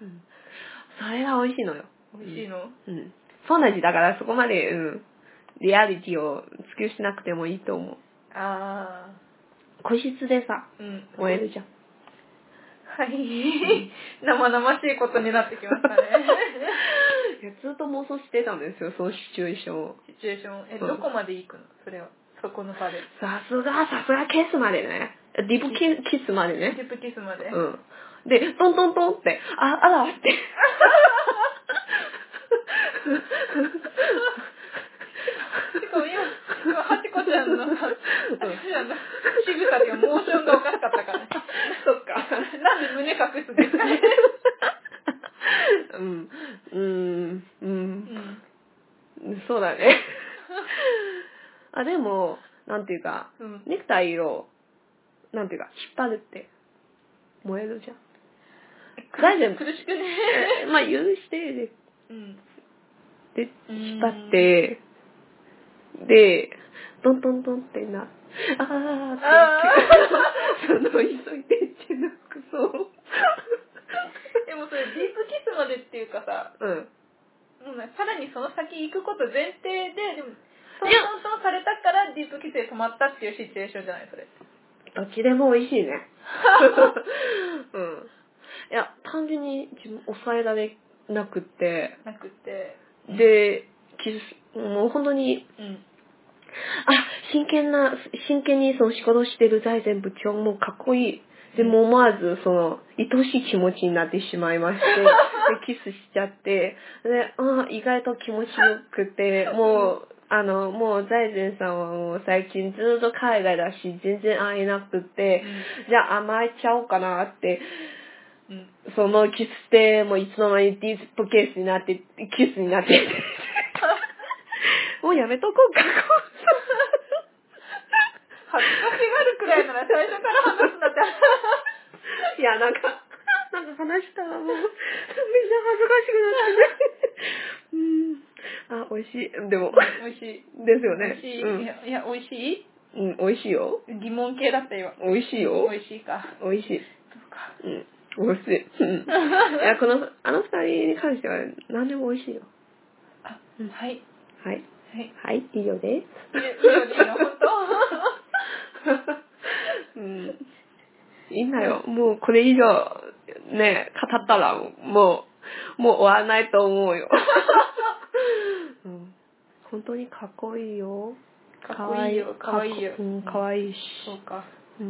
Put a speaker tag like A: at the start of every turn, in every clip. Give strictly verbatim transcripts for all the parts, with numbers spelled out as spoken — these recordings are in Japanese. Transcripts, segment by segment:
A: うん、それが美味しいのよ。
B: 美味しいの？
A: うん。そうなじだからそこまで、うん、リアリティを追求しなくてもいいと思う。
B: ああ。
A: 個室でさ、うん、燃えるじゃん。
B: はい、うん、生々しいことになってきましたね。
A: いやずっと妄想してたんですよ、そのシチュエーションを。
B: シチュエーション、え、どこまで行くの？それは、そこの場で。
A: さすが、さすがキスまでね。ディープキキスまでね。
B: ディープキスまで。
A: うん。で、トントントンって、あ、あらって。
B: しかも今、今、ハチコちゃんのさ、ハチコちゃんの仕草っていうか、モーションがおかしかったからね。
A: そっか。
B: なんで胸隠すんですかね。
A: うん。うん。うん。うん。そうだね。あ、でも、なんていうか、うん、ネクタイを、なんていうか、引っ張るって、燃えるじゃん。
B: 大丈夫。苦しくね。
A: まあ、許してで、うん、で、引っ張って、で、トントントンってな、あーって、その急いでってなくそう。
B: でもそれディープキスまでっていうかさ、うん。もうね、さらにその先行くこと前提で、でも、トントントンされたからディープキスで止まったっていうシチュエーションじゃないそれ。
A: どっちでも美味しいね。うん。いや、単純に自分抑えられなくて。
B: なくて。
A: で、キス、もう本当に、うん、あ、真剣な、真剣にその仕事してる財前部長もかっこいい。でも思わずその愛しい気持ちになってしまいまして、でキスしちゃって、で、あ意外と気持ちよくて、もう、あの、もう財前さんはもう最近ずっと海外だし、全然会えなくて、うん、じゃあ甘えちゃおうかなって、うん、そのキスして、もういつの間にディープケースになって、キスになって、もうやめとこうか。
B: 恥ずかしがるくらいなら最初から話すんだって。
A: いや、なんか、なんか話したらもう、みんな恥ずかしくなってね。うん。あ、美味しい。でも、
B: 美味しい。
A: ですよね。
B: 美味しい。
A: うん、
B: いや、いや、美味しい？
A: うん、美味しいよ。
B: 疑問系だった今。
A: 美味しいよ。
B: 美味しいか。
A: 美味しい。
B: そうか。
A: うん。美味しい。うん。いや、この、あの二人に関しては何でも美味しいよ。
B: あ、うん、はい。
A: はい。
B: はい。
A: はい、以上です。
B: 以上でいいの？本
A: 当？うん。いいんだよ。もうこれ以上、ね、語ったら、もう、もう終わらないと思うよ。うん、本当にかっこいいよ。
B: かっこいいよ。かわいいよ。
A: うん、かわいいし。
B: そうか。
A: うん。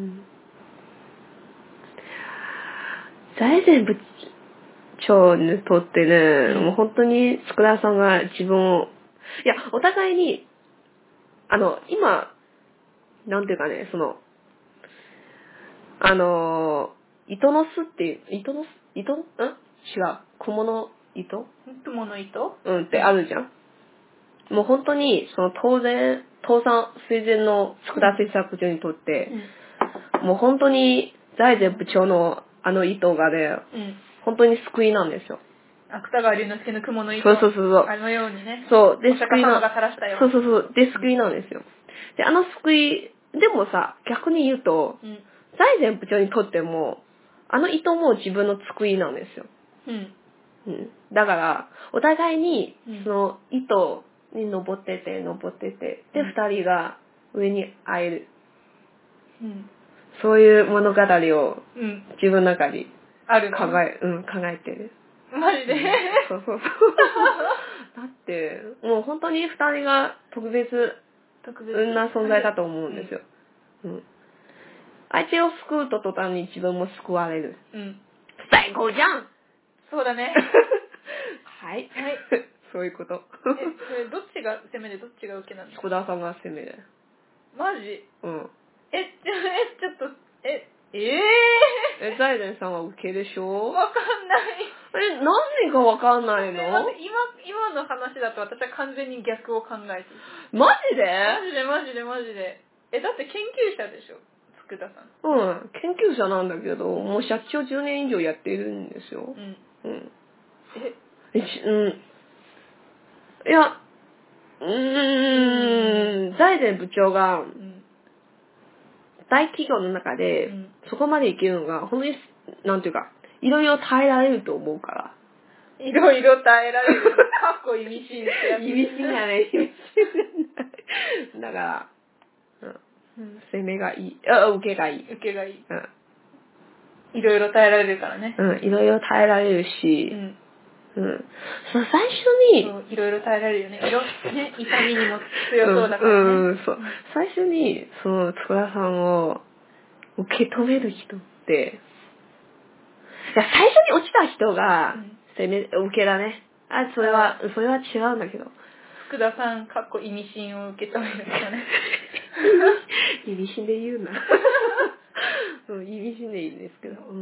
A: 財前部長にとってね、うん、もう本当に佃さんが自分を、いや、お互いに、あの、今、なんていうかね、その、あの、糸の巣っていう、糸の巣、糸ん違う。小物糸
B: 雲の糸
A: うんってあるじゃん。もう本当に、その当然、倒産垂前の佃製作所にとって、うん、もう本当に財前部長のあの糸がね、うん、本当に救いなんですよ。
B: 芥川龍之介の雲の糸。
A: そうそうそうそう。
B: あのようにね。
A: そう。で、救いな。そうそうそう。で、救いなんですよ。で、あの救い、でもさ、逆に言うと、うん、財前部長にとっても、あの糸も自分の救いなんですよ。うん。うん。だから、お互いに、その糸に登ってて、登ってて、で、二、うん、人が上に会える。うん。そういう物語を、うん、自分の中に
B: あるの？
A: 考え、うん、考えてる。
B: マジで、うん、
A: そうそうそう。だって、もう本当に二人が特別、特別な存在だと思うんですよ。うん。うん、相手を救うと途端に自分も救われる。うん。最高じゃん。
B: そうだね。
A: はい。はい。そういうこと。
B: え、それどっちが攻めでどっちが受けなんですか？
A: 福田さんが攻めで。
B: マジ？
A: うん。
B: え、ちょ、え、ちょっと、え、えー、
A: え、財前さんは受けでしょ？
B: わかんない。
A: え、何がわかんないの？
B: 今、今の話だと私は完全に逆を考えてる。
A: マジで？
B: マジでマジでマジで。え、だって研究者でしょ？福田さん。
A: うん、研究者なんだけど、もう社長じゅうねん以上やってるんですよ。うん。うん。え、え、うん。いや、うーん、財前部長が、うん、大企業の中で、うん、そこまでいけるのが、本当に、なんていうか、 いろいろ耐えられると思うから。
B: いろいろ耐えられる。かっこ意味深ってやつ。
A: 意味深だね、意味深。だから、うん、攻めがいい。あ、受けがいい。
B: 受けがいい。
A: うん。
B: いろいろ耐えられるからね。
A: うん、いろいろ耐えられるし、うん。うん。そう、最初に、
B: そういろいろ耐えられるよね。いろ、ね、痛みにも強そうだからね。うん、うん、
A: そう。最初に、その、佃さんを受け止める人って、いや、最初に落ちた人が、攻め、受けだね。あ、それは、それは違うんだけど。
B: 佃さん、かっこ意味深を受け止めるんだね。
A: 意味深で言うな。うん、意味深でいいんですけど。うん、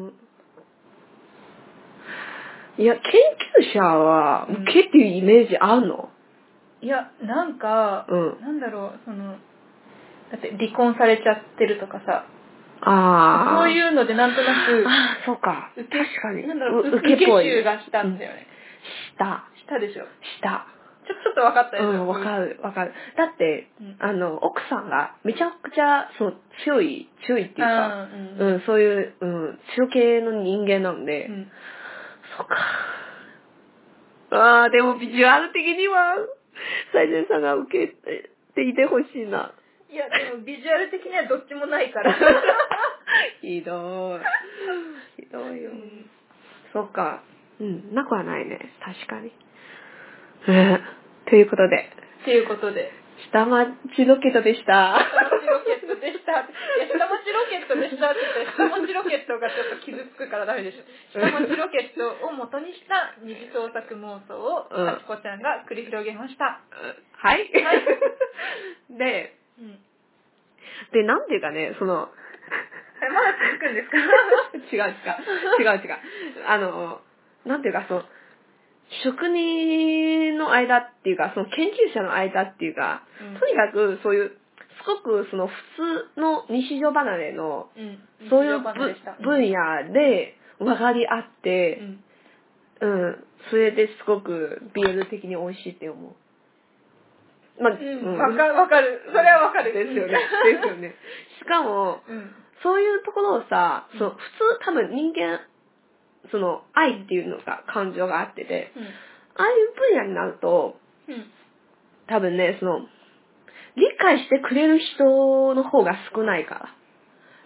A: いや、研究者は、受けっていうイメージあるの？
B: いや、なんか、うん、なんだろう、その、だって離婚されちゃってるとかさ、あそういうのでなんとなく、
A: ああ、そうか。確かに。
B: なんだろう、受け集がしたんだよね。
A: した。
B: したでしょ。
A: した。
B: ちょ、ちょっと分かったよね。
A: うん、分かる、分かる。だって、うん、あの、奥さんがめちゃくちゃ、そう、強い、強いっていうか、うん、うん、そういう、うん、強系の人間なんで、うん、そうか。ああ、でもビジュアル的には、サイゼンさんが受けていてほしいな。
B: いや、でもビジュアル的にはどっちもないから。
A: ひどい。ひどいよ。うん、そっか。うん、なくはないね。確かに。えー、ということで。
B: ということで。
A: 下町ロケットでした。
B: 下町ロケットでした。いや、下町ロケットでしたって言ったら、下町ロケットがちょっと傷つくからダメでしょ。下町ロケットを元にした二次創作妄想を、かちこちゃんが繰り広げました。
A: はい。はい、で、うん、で、なんていうかね、その、
B: え、まだ続くんですか？
A: 違う違う。違う違う。あの、なんていうか、その、職人の間っていうか、その研究者の間っていうか、うん、とにかくそういう、すごくその普通の日常離れの、うん、そういう分野で分かり合って、うん、うん、それですごくビール的に美味しいって思う。まあ、うん、
B: わ、うん、かる、わかる。それはわかる。
A: ですよね。ですよね。しかも、うん、そういうところをさ、そう、普通多分人間、その愛っていうのが感情があってて、うん、ああいう分野になると、うん、多分ね、その、理解してくれる人の方が少ないから。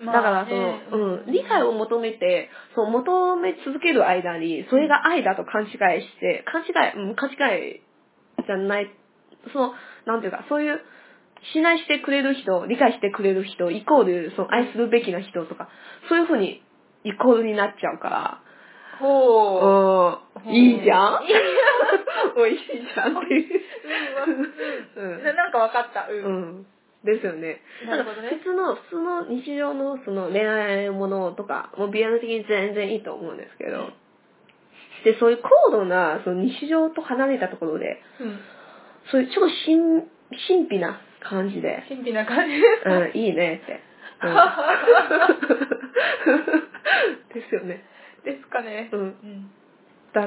A: だからその、うん、理解を求めて、そう、求め続ける間に、それが愛だと勘違いして、勘違い、うん、勘違いじゃない、その、なんていうか、そういう、信頼してくれる人、理解してくれる人、イコール、その、愛するべきな人とか、そういうふうに、イコールになっちゃうから、ほう。いいじゃん美味しいじゃんっていう。
B: うん。うん。なんかわかった。うん。
A: うん。ですよね。なるほどね。普通の、普通の日常のその恋愛ものとか、もうビアノ的に全然いいと思うんですけど、うん、で、そういう高度な、その日常と離れたところで、うん、そういうちょっと神、神秘な感じで。
B: 神秘な感じですか？
A: うん、いいねって。うん、ですよね。
B: ですかね。うん。うん、
A: だって、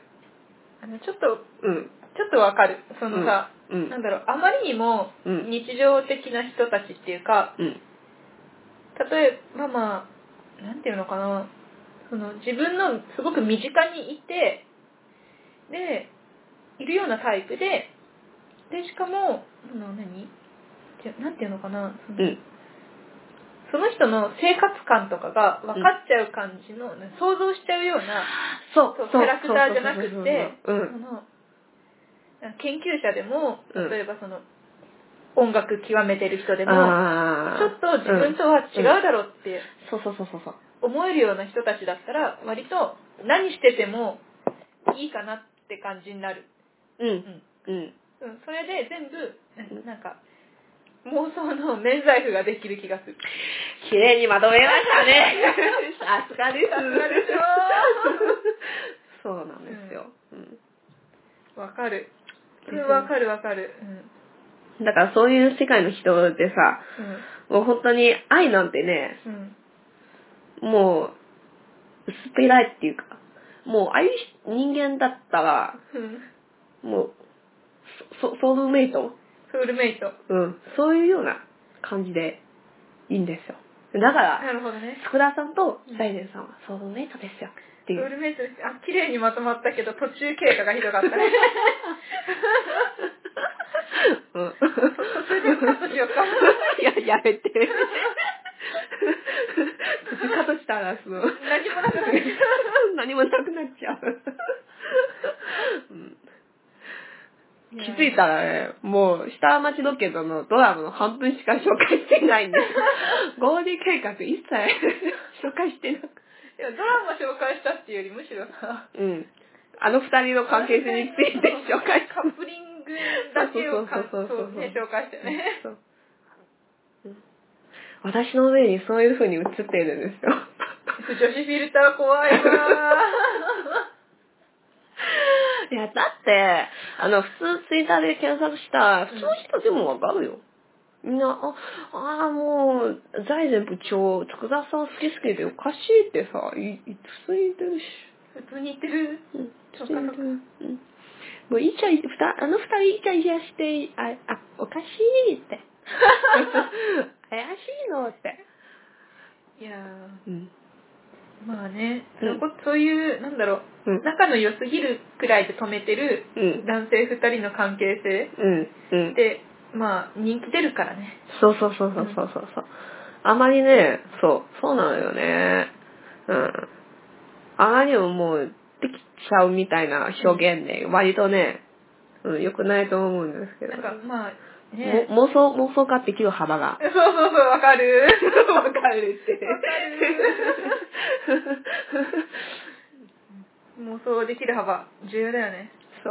B: あの、ちょっと、うん。ちょっとわかる。そのさ、うん、なんだろう、あまりにも日常的な人たちっていうか、うん、例えばまあ、なんていうのかな、その自分のすごく身近にいて、で、いるようなタイプで、で、しかも、その何なんていうのかな、その、うん、その人の生活感とかが分かっちゃう感じの、うん、想像しちゃうような、
A: そう、
B: そうキャラクターじゃなくて、その、研究者でも、例えばその、うん、音楽極めてる人でも、ちょっと自分とは違うだろうって、
A: そうそうそうそう。
B: 思えるような人たちだったら、割と何しててもいいかなって感じになる。うん。うん。うん。それで全部、なんか、妄想の免罪符ができる気がする。
A: 綺麗にまとめましたね。さすがです。
B: さすがでしょ
A: そうなんですよ。
B: わ、うん、かる。わかるわかる。
A: うん、だからそういう世界の人でさ、うん、もう本当に愛なんてね、うん、もう、薄っぺらいっていうか、もうああいう人間だったら、うん、もう、ソ, ソウルメイト
B: ソウルメイト。
A: うん。そういうような感じでいいんですよ。だから、
B: なるほどね。
A: 佃さんとサイレンさんはソウルメイトですよ。 っていう。
B: ソウルメイトです。あ、綺麗にまとまったけど途中経過がひどかったね。
A: うん。
B: 途中でカットしようか。
A: いや、やめて。途中カットしたら、その、
B: 何もなくなっちゃう。
A: 何もなくなっちゃう。うん、気づいたらね、もう、下町ロケットのドラマの半分しか紹介してないんです。ゴールデン計画一切紹介してなくて。
B: いや、ドラマ紹介したっていうよりむしろさ、
A: うん。あの二人の関係性について紹介
B: カップリングだけをか
A: そうそうそうそう
B: そうね、紹介してね。
A: そう、うん、私の上にそういう風に映っているんですよ。
B: 女子フィルター怖いわ。
A: いや、だって、あの、普通ツイッターで検索した普通の人でもわかるよ。みんな、あ、ああ、もう、財前部長、佃さん好き好きでおかしいってさ、い、い普通に言ってるし。
B: 普通に言ってる。
A: うん、
B: そっかそっか。
A: うん。もうイチャイ、ふた、あの二人イチャイチャして、あ、あ、おかしいって。怪しいのって。
B: いやー、
A: うん、
B: まあね、
A: うん、
B: そこそういう、なんだろう、
A: うん、
B: 仲の良すぎるくらいで止めてる男性二人の関係性
A: うん、うん。
B: で、まあ、人気出るからね。
A: そうそうそうそうそうそう。うん、あまりね、そう、そうなのよね。うん。あまりにももう、できちゃうみたいな表現で、割とね、うん、良くないと思うんですけど。
B: なんか、まあ、ね。
A: も妄想、妄想ができる幅が。
B: そうそうそう、わかる。
A: わかるって。
B: わかる。妄想できる幅、重要だよね。
A: そう。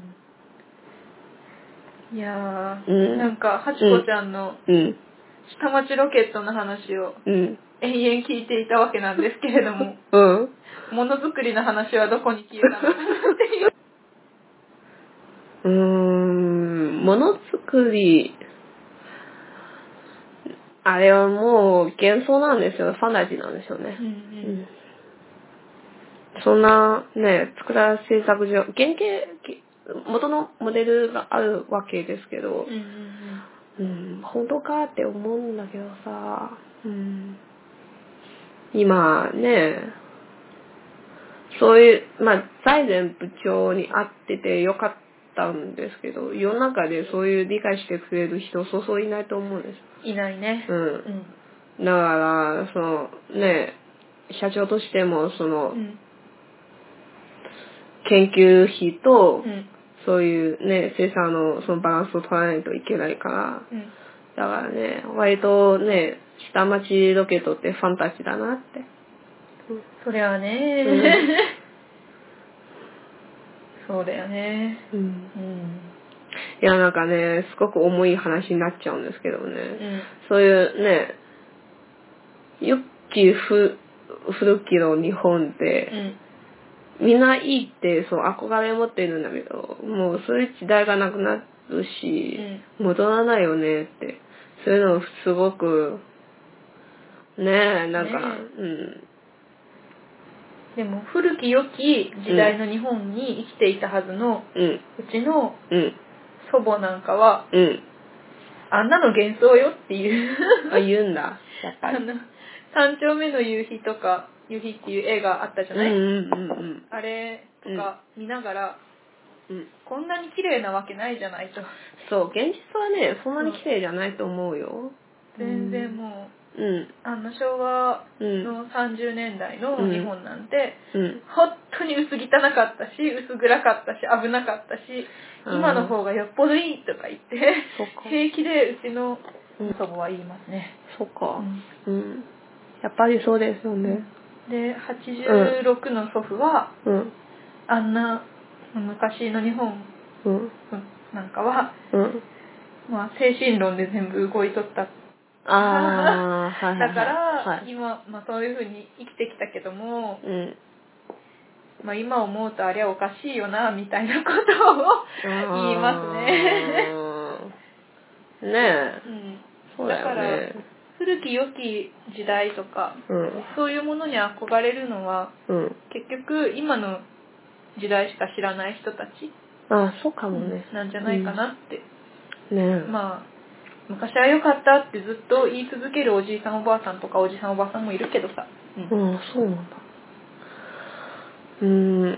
B: うん、いやー、
A: うん、
B: なんか、はちこちゃんの、下町ロケットの話を、延々聞いていたわけなんですけれども、
A: うん、
B: ものづくりの話はどこに消えたのかなっていう。
A: うーん、ものづくり、あれはもう幻想なんですよ。ファンタジーなんですよね。
B: うんうんうん、
A: そんなね、佃製作所、原型、元のモデルがあるわけですけど、
B: うんうん
A: うん、本当かって思うんだけどさ、うん、今ね、そういう、まあ、財前部長に会っててよかったんですけど、世の中でそういう理解してくれる人、そうそういないと思うんです。
B: いないね。
A: うん。うん、だから、その、ね、社長としても、その、うん、研究費と、うん、そういうね、生産のそのバランスを取らないといけないから、うん、だからね、割とね、下町ロケットってファンタジーだなって。
B: うん、そりゃあね、うん、そうだよね。うん。うん、
A: いや、なんかね、すごく重い話になっちゃうんですけどね。うん、そういうね、良きふ古きの日本って、うん、みんないいってそう憧れ持ってるんだけど、もうそういう時代がなくなるし、うん、戻らないよねって、そういうのすごく、ねえ、なんか、ね、うん。
B: でも古き良き時代の日本に生きていたはずの、うん、うちの祖母なんかは、うん、あんなの幻想よっていう
A: あ、言うんだ、やっぱり。あの
B: 三丁目の夕日とか、夕日っていう映画あったじゃない、うんうんうんうん、あれとか見ながら、うん、こんなに綺麗なわけないじゃないと。
A: そう、現実はね、そんなに綺麗じゃないと思うよ。
B: 全然もう、うん、あの昭和のさんじゅうねんだいの日本なんて、うんうん、本当に薄汚かったし、薄暗かったし、危なかったし、今の方がよっぽどいいとか言って、平気でうちの祖母は言いますね。
A: そっか、うん、うん。やっぱりそうですよね。
B: で、はちじゅうろくの祖父は、うん、あんな昔の日本なんかは、うん、まあ精神論で全部動いとった。あはいはいはい、だから、はい、今、まあ、そういうふうに生きてきたけども、うん、まあ、今思うとあれはおかしいよなみたいなことを言いますね。
A: ねえ、うん、そうだよね。
B: だから古き良き時代とか、うん、そういうものに憧れるのは、うん、結局今の時代しか知らない人たち、
A: あ、そうかもね、
B: うん、なんじゃないかなって、
A: うん、ねえ、
B: まあ昔は良かったってずっと言い続けるおじいさんおばあさんとかおじさんおばあさんもいるけどさ、
A: うん、うん、そうなんだ。 うーん。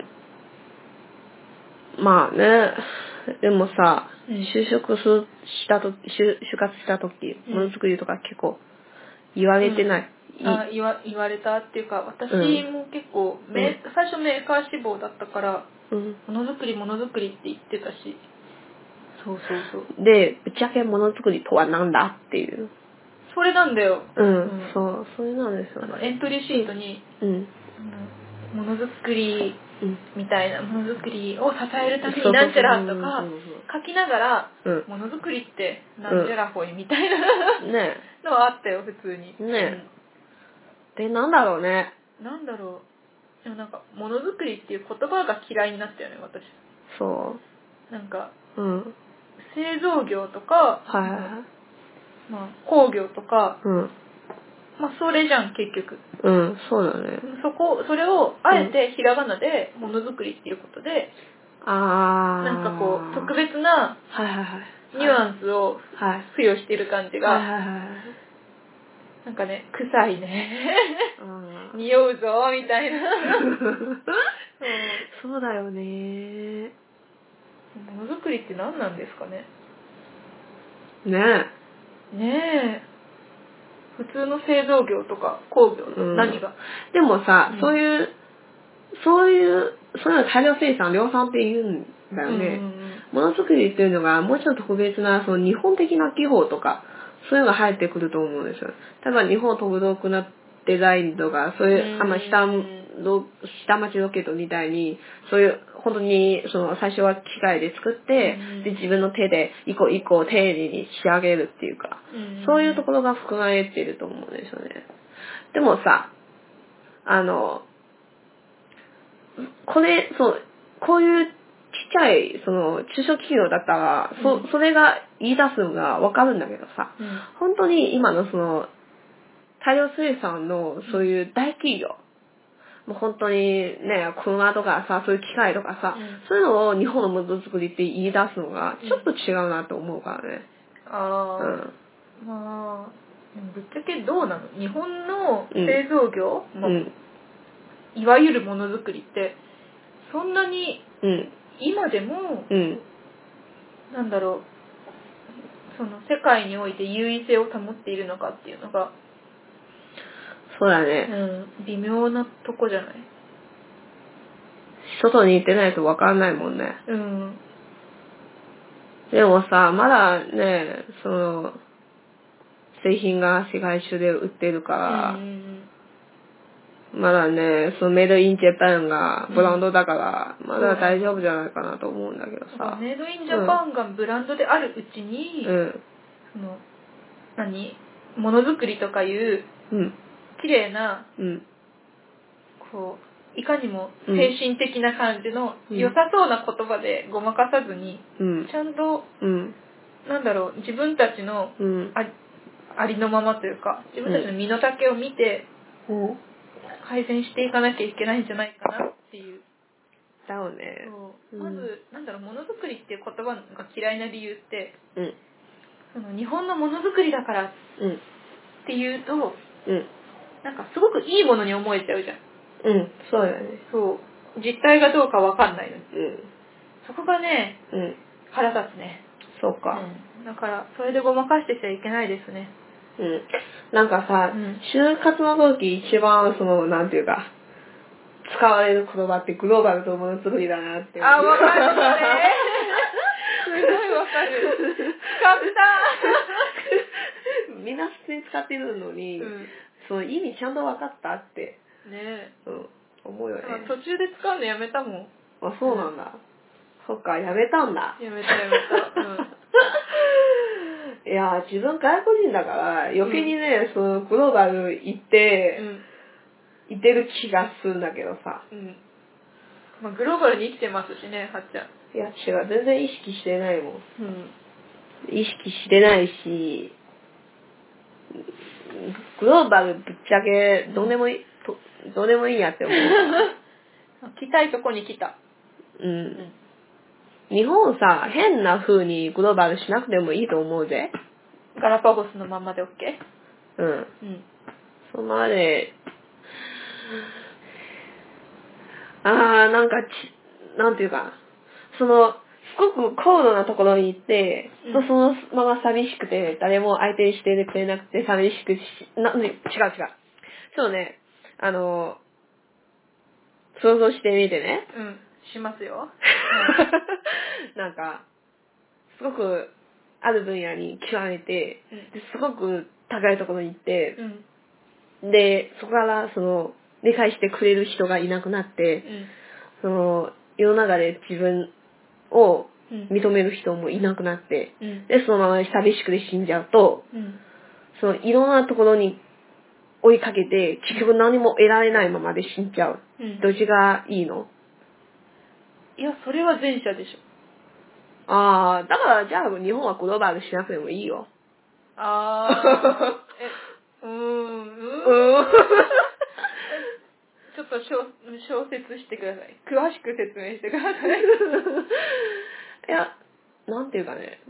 A: まあね。でもさ、
B: うん
A: 就職すしたと、就就活した時、
B: うん
A: ものづくりとか結構言われてない。い
B: あ言わ言われたっていうか、私も結構、メ
A: うん
B: 最初メーカー志望だったから、
A: うん
B: ものづくりものづくりって言ってたし、そうそうそう。
A: で、ぶっちゃけものづくりとは何だっていう。
B: それなんだよ。
A: うん、
B: うん
A: そう、それなんですよ
B: あの
A: ね。
B: エントリーシートに、
A: うん。
B: あのものづくり
A: うん。
B: みたいな、ものづくりを支えるため
A: そうそうそう
B: になんちゃらとか
A: そうそう
B: 書きながら、
A: うん
B: ものづくりってなんちゃらほいみたいな
A: ね
B: のはあったよ、普通に。
A: え。ねえ。で、なんだろうね。
B: うん、なんだろう。でもなんか、ものづくりっていう言葉が嫌いになったよね、私。
A: そ
B: なんか、
A: う。うん。
B: 製造業とか、
A: はいはいはい。
B: まあ、工業とか、
A: うん。
B: まあ、それじゃん、結局。
A: うん、そうだね。
B: そこ、それを、あえてひらがなで、ものづくりっていうことで、
A: あー。
B: なんかこう、特別な
A: はいはいはい。
B: ニュアンスを
A: はい。
B: 付与している感じが、
A: はいはいはい。
B: なんかね、臭いね。
A: うん
B: 匂うぞ、みたいな。そう
A: そうだよね。
B: ものづくりって何なんですかね。
A: ね
B: ねえ。普通の製造業とか工業と何が、
A: でもさ、
B: うん
A: そういう、そういう、そういうの大量生産、量産って言うんだよね。
B: うんうんうん
A: ものづくりっていうのがもうちょっと特別な、その日本的な技法とか、そういうのが入ってくると思うんですよ。例えば日本独特なデザインとか、そういう、あんま下の、下町ロケットみたいに、そういう、本当に、その、最初は機械で作って、
B: うん
A: で、自分の手で一個一個丁寧に仕上げるっていうか、
B: うん
A: そういうところが含まれていると思うんですよね。でもさ、あの、これ、そう、こういうちっちゃい、その、中小企業だったら、そ、
B: うん
A: それが言い出すのがわかるんだけどさ、
B: うん
A: 本当に今のその、大量生産のそういう大企業、もう本当にね、車とかさ、そういう機械とかさ、
B: うん
A: そういうのを日本のものづくりって言い出すのが、ちょっと違うなと思うからね。
B: ああ、
A: うん。
B: まあでもぶっちゃけどうなの、日本の製造業、まあ
A: うん。
B: いわゆるものづくりってそんなに
A: うん。
B: 今でも、
A: うん。
B: なんだろう、その世界において優位性を保っているのかっていうのが、
A: そうだね。
B: うん、微妙なとこじゃない。
A: 外に行ってないとわかんないもんね。
B: うん。
A: でもさ、まだね、その、製品が世界中で売ってるか
B: うん
A: ら、
B: うん
A: まだね、そのメイドインジャパンがブランドだから、
B: うん
A: まだ大丈夫じゃないかなと思うんだけど
B: うん、
A: さ。
B: メイドインジャパンがブランドであるうちに、
A: うん。
B: その何ものづくりとかいう
A: うん。
B: 綺麗な、
A: うん。
B: こういかにも精神的な感じの
A: うん
B: 良さそうな言葉でごまかさずに、
A: うん。
B: ちゃんと、
A: うん。
B: なんだろう、自分たちの
A: うん。
B: あり、ありのままというか、自分たちの身の丈を見て
A: うん。
B: 改善していかなきゃいけないんじゃないかなっていう。
A: だよね。
B: そう
A: うん
B: まず、なんだろう、ものづくりっていう言葉が嫌いな理由って、
A: うん。
B: その日本のものづくりだからっ
A: うん。
B: ていうと、
A: うん。
B: なんかすごくいいものに思えちゃうじゃん。
A: うん。そうだよね。
B: そう。実態がどうかわかんないのに。
A: うん。
B: そこがね、
A: うん。
B: 腹立つね。
A: そうか。
B: うん。だから、それでごまかしてちゃいけないですね。
A: うん。なんかさ、
B: うん
A: 就活の時一番その、なんていうか、使われる言葉ってグローバルとものづくりだなって思う。
B: あ、わかるよね。すごいわかる。使った
A: みんな普通に使ってるのに、
B: うん
A: その意味ちゃんと分かったって、
B: ねえ。
A: うん、思うよね。
B: 途中で使うのやめたもん。
A: あ、そうなんだ。そっか、やめたんだ。
B: やめたやめた。うん。
A: いや、自分外国人だから余計にね、そのグローバル行って、
B: うん。
A: 行ってる気がするんだけどさ。
B: うん。まあ、グローバルに生きてますしね、はっちゃん。
A: いや、違う、全然意識してないもん。
B: うん。
A: 意識してないし、グローバルぶっちゃけどうでもいい、とどうでもいいやって思うから。
B: 来たいとこに来た。
A: うん。
B: うん。
A: 日本さ、変な風にグローバルしなくてもいいと思うぜ。
B: ガラパゴスのまんまで OK？
A: うん。
B: うん。
A: そのまで、 あー、なんかち、なんていうか、その、すごく高度なところに行って、うん、そのまま寂しくて、誰も相手にしてくれなくて寂しくし、な、違う違う。そうね、あの、想像してみてね。
B: うん、しますよ。
A: なんか、すごく、ある分野に極めて、うん、すごく高いところに行って、うん、で、そこからその、理解してくれる人がいなくなって、うん、その、世の中で自分を認める人もいなくなって、うん、で、そのまま寂しくて死んじゃうと、うん、その、いろんなところに追いかけて、結局何も得られないままで死んじゃう。うん、どっちがいいの？
B: いや、それは前者でしょ。
A: ああ、だからじゃあ日本はグローバルしなくてもいいよ。
B: ああ、え、うーん、うーん。ちょっと小、小説してください。詳しく説明してください。
A: いや、なんていうかね。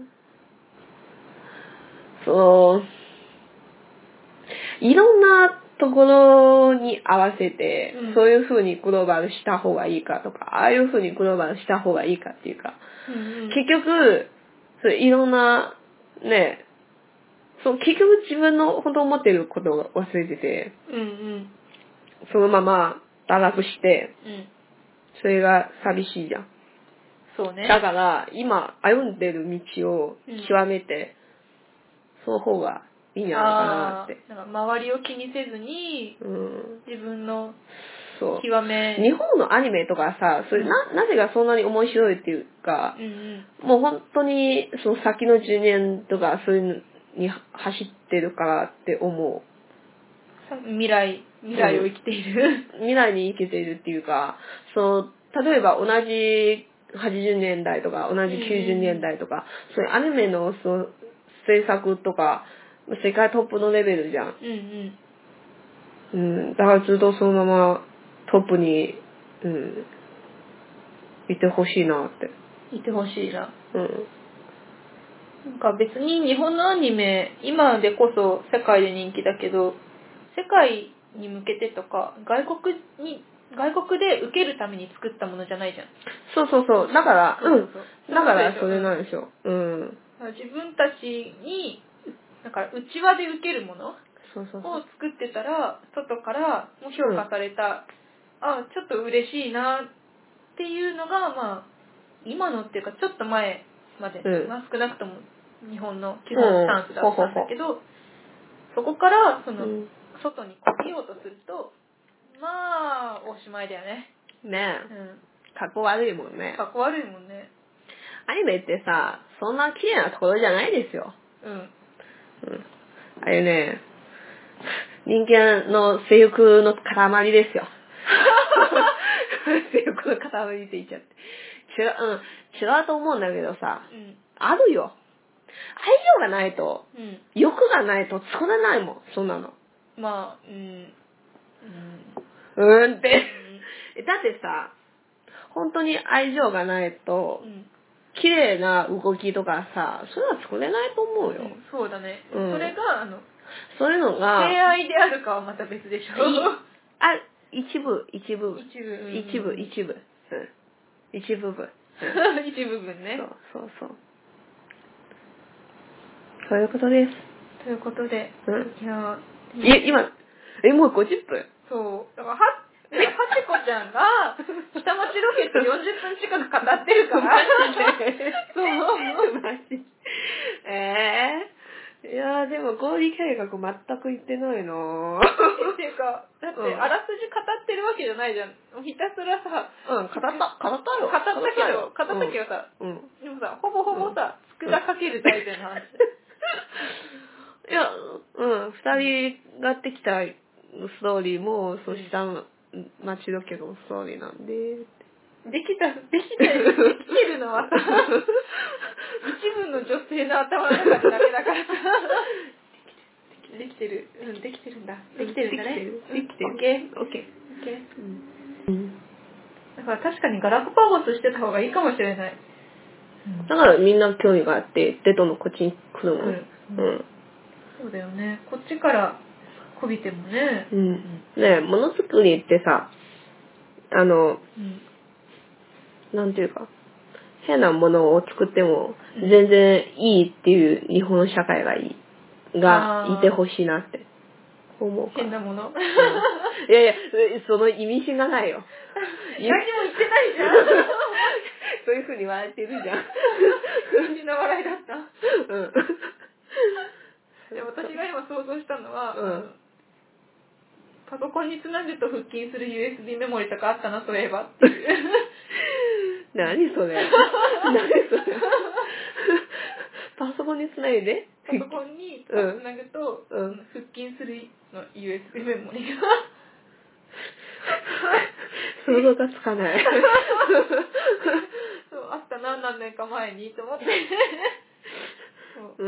A: そう、いろんなところに合わせて、うん、そういう風にグローバルした方がいいかとか、ああいう風にグローバルした方がいいかっていうか、うんうん、結局、そういろんな、ね、そう結局自分の本当思っていることを忘れてて、うんうん、そのまま堕落して、うん、それが寂しいじゃん。
B: そうね。
A: だから今歩んでる道を極めて、うん、その方がいいんじゃないかなって。
B: なんか周りを気にせずに、うん、自分の極め。
A: 日本のアニメとかさ、それ な,、うん、なぜがそんなに面白いっていうか、うんうん、もう本当にその先のじゅうねんとかそういうのに走ってるからって思う。
B: 未来、未来を生きている、
A: うん、未来に生きているっていうか、その例えば同じはちじゅうねんだいとか同じきゅうじゅうねんだいとか、うん、そういうアニメのその制作とか世界トップのレベルじゃん。うんうん。うん、だからずっとそのままトップに、うん、いてほしいなって。
B: いてほしいな。うん。なんか別に日本のアニメ、今でこそ世界で人気だけど、世界に向けてとか、外国に、外国で受けるために作ったものじゃないじゃん。
A: そうそうそう。だから、そうそうそううん。だからそれなんでしょう。うん。
B: 自分たちに、なんか内輪で受けるものを作ってたら、外からも評価された、うん、あ、ちょっと嬉しいなっていうのが、まあ、今のっていうかちょっと前まで、うん、まあ少なくとも日本の基本スタンスだったんだけど、うん、そこからその、うん、外にこびようとすると、まあおしまいだよね。
A: ねえ。うん。かっこ悪いもんね。
B: かっこ悪いもんね。
A: アニメってさ、そんな綺麗なところじゃないですよ。うん。うん。あれね、人間の性欲の塊ですよ。性欲の塊って言っちゃって。違う、うん、違うと思うんだけどさ、うん、あるよ。愛情がないと、うん、欲がないと作れないもん、そんなの。
B: まあ、うん。
A: うん、うんって。だってさ、本当に愛情がないと、うん、綺麗な動きとかさ、それは作れないと思うよ。うん、
B: そうだね。うん、それが、あの、
A: そういうのが、
B: 性愛であるかはまた別でしょ。
A: あ、一部、一部。
B: 一部、うん、
A: 一部、一部。うん。一部分。
B: 一部分ね。
A: そうそうそう。そういうことです。
B: ということで。うん。いや
A: え、今、え、もうごじゅっぷん。
B: そう。だから、は、はちこちゃんが、下町ロケットよんじゅっぷん近く語ってるから。
A: そう、マジ。えー、いやーでも合理計画全く言ってないなぁ。
B: っていうか、だって、あらすじ語ってるわけじゃないじゃん。ひたすらさ、
A: うん、語った、語ったよ。
B: 語ったけど、語ったけどさ、うん、でもさ、ほぼほぼさ、つくがかける大前の話。
A: いや、うん、二人がってきたストーリーも、そうした街ロケのストーリーなんで。
B: できた、できて、できてるのはさ、一部の女性の頭の中でだけだからさ。できてる。うん、できてるんだ。できてるんだね。
A: できてる。
B: オッケー。
A: オッケー。
B: オッケー。だから確かにガラパゴスしてた方がいいかもしれない。
A: だからみんな興味があって、デトのこっちに来るもん。うん。うん。
B: そうだよね。こっちからこびてもね。
A: うん。ねえ、ものづくりってさ、 あの、
B: うん、
A: なんていうか、変なものを作っても全然いいっていう日本の社会がいい、がいてほしいなって思うから。
B: 変なもの、うん、
A: いやいや、その意味深がないよ。
B: 何も言ってないじゃん。
A: そういう風に言われてるじゃん。
B: 死の笑いだった。
A: うん。
B: で私が今想像したのは、
A: うん、
B: パソコンにつなぐと腹筋する ユーエスビー メモリとかあったな、そういえばっていう。
A: 何それ。何それ。パソコンにつないで
B: パソコンにつなぐと、うん、腹筋するの ユーエスビー メモリが
A: 想像がつかない。
B: そうあったな、何年か前にと思って
A: う。うん。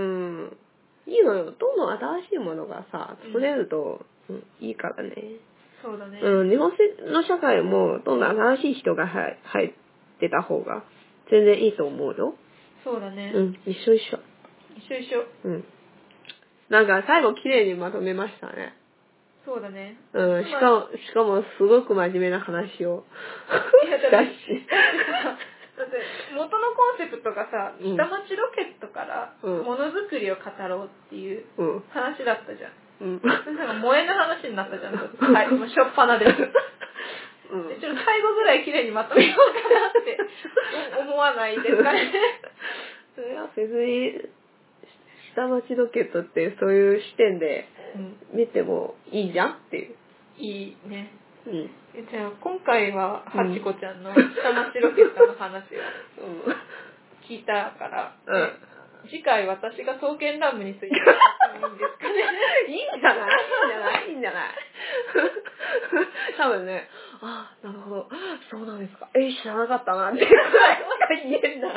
A: いいのよ。どんどん新しいものがさ作れると、うんうん、いいからね。
B: そうだね。
A: うん、日本の社会もどんどん新しい人が入ってた方が全然いいと思うよ。
B: そうだね。
A: うん、一緒一緒。
B: 一緒一緒。
A: うん。なんか最後綺麗にまとめましたね。
B: そうだね。
A: うん、しかも、しかもすごく真面目な話を
B: だし。だって元のコンセプトがさ、
A: うん、
B: 下町ロケットからものづくりを語ろうっていう話だったじゃん。うん。なんか萌えの話になったじゃん。はい、もうしょっぱなです。うん、ちょっと最後ぐらい綺麗にまとめようかなって思わないですかね。
A: それは別に下町ロケットってそういう視点で見てもいいじゃんっていう。
B: いいね。
A: うん、
B: じゃあ今回はハチコちゃんの下町ロケットの話を聞いたから、うん、次回私が刀剣乱舞について話してもいいんですかね。
A: いいんじゃないいいんじゃないいいんじゃない多分ね、ああ、なるほど。そうなんですか。え、知らなかったなってくらいしか言えない。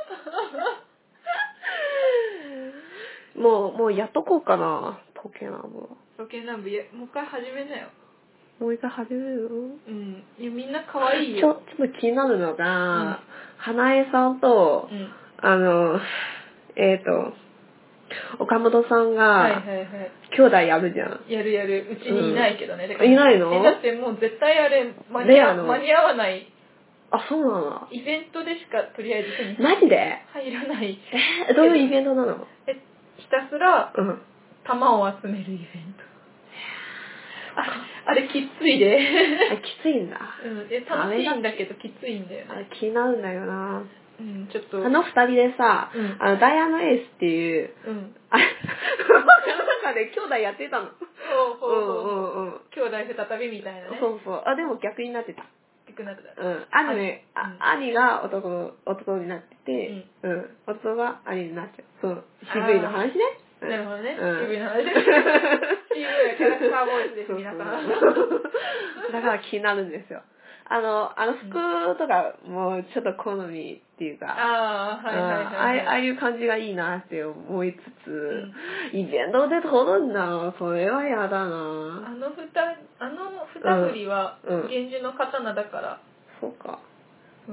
A: もう、もうやっとこうかな。刀剣乱舞。
B: 刀剣乱舞、もう一回始めなよ。
A: もう一回始める？
B: うん。いや、みんな可愛いよ。
A: ちょ、ちょっと気になるのが、うん、花江さんと、うん、あの、えっと、岡本さんが、はいはいはい、兄弟やるじゃん。
B: やるやる。うちにいないけどね。
A: うん、いないの？
B: え、だってもう絶対あれ、間に合間に合わない。
A: あ、そうなの？
B: イベントでしかとりあえず手に
A: マジで
B: 入らない。
A: え、どういうイベントなの？
B: え、ひたすら、うん、玉を集めるイベント。あ, あれきついで。
A: あ、きついんだ。
B: うん。え、楽しいんだけどきついんだよね。
A: あれ気になるんだよな。
B: うん、ちょっと。
A: あの二人でさ、うん、あの、ダイヤのエースっていう、うん。あれ、なんかで兄弟やってたの。
B: ほうほうほう。うんうんうん。兄弟再びみたいなね。
A: そうそう。あ、でも逆になってた。
B: 逆になってた。
A: うん。兄ね、あ、うん、兄が男の、弟になってて、うん。うん、弟が兄になっちゃう。そう。渋いの話ね。
B: なるほどね。うん、渋いの話ね。渋いキャラクターボイスです、皆さん。
A: だから気になるんですよ。あの、あの服とかもちょっと好みっていうか、
B: ああ、はいはいはい、はい、
A: ああいう感じがいいなって思いつつ、うん、イベントで撮るんだ、それはやだな。
B: あのふた、あの二振りは源氏の刀だから。
A: うんうん、そうか。
B: うん、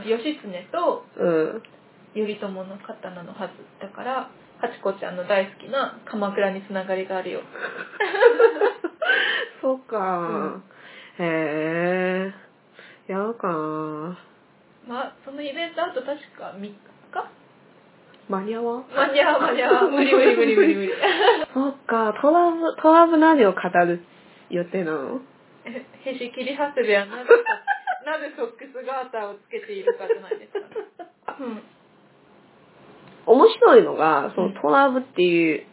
B: 義経と頼朝の刀のはずだから、ハチコちゃんの大好きな鎌倉につながりがあるよ。
A: そうか、うん、へえ、やろうかな。
B: まあ、そのイベントあと確かみっか
A: 間に合わん
B: 間に合わ間に合わ無理無理無理無理無理。
A: そっか、トラブ、トラブ何を語る予定なの？
B: え、へし切りハスベはなぜ、なぜソックスガーターをつけているかじゃないですかね。うん。
A: 面白いのが、そのトラブっていう、うん、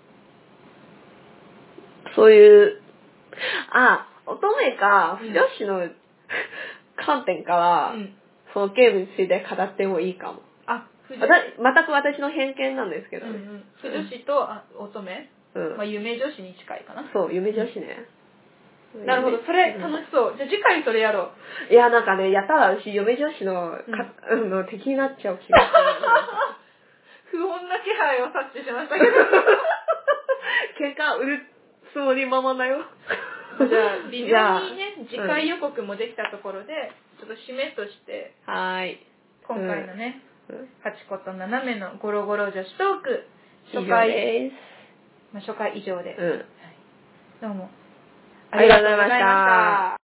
A: そういう、あ、乙女か、女子の観点から、うん、そのゲームについて語ってもいいかも。あ、全く私の偏見なんですけどね。うんうん、
B: 不女子とあ乙女、うん、まあ夢女子に近いかな。
A: そう、夢女子ね。
B: うん、なるほど、それ楽しそう。じゃあ次回それやろう。
A: いや、なんかね、やったら私、嫁女子のか、うん、の敵になっちゃう気がする。
B: 不穏な気配を察知しましたけど。
A: 喧嘩売るつもりままだよ。
B: じゃあ、微妙にね、次回予告もできたところで、ちょっと締めとして、
A: はい。
B: 今回のね、ハチコと斜めのゴロゴロ女子トーク、初回です。まあ、初回以上で、うん、はい。どうもありがとうございました。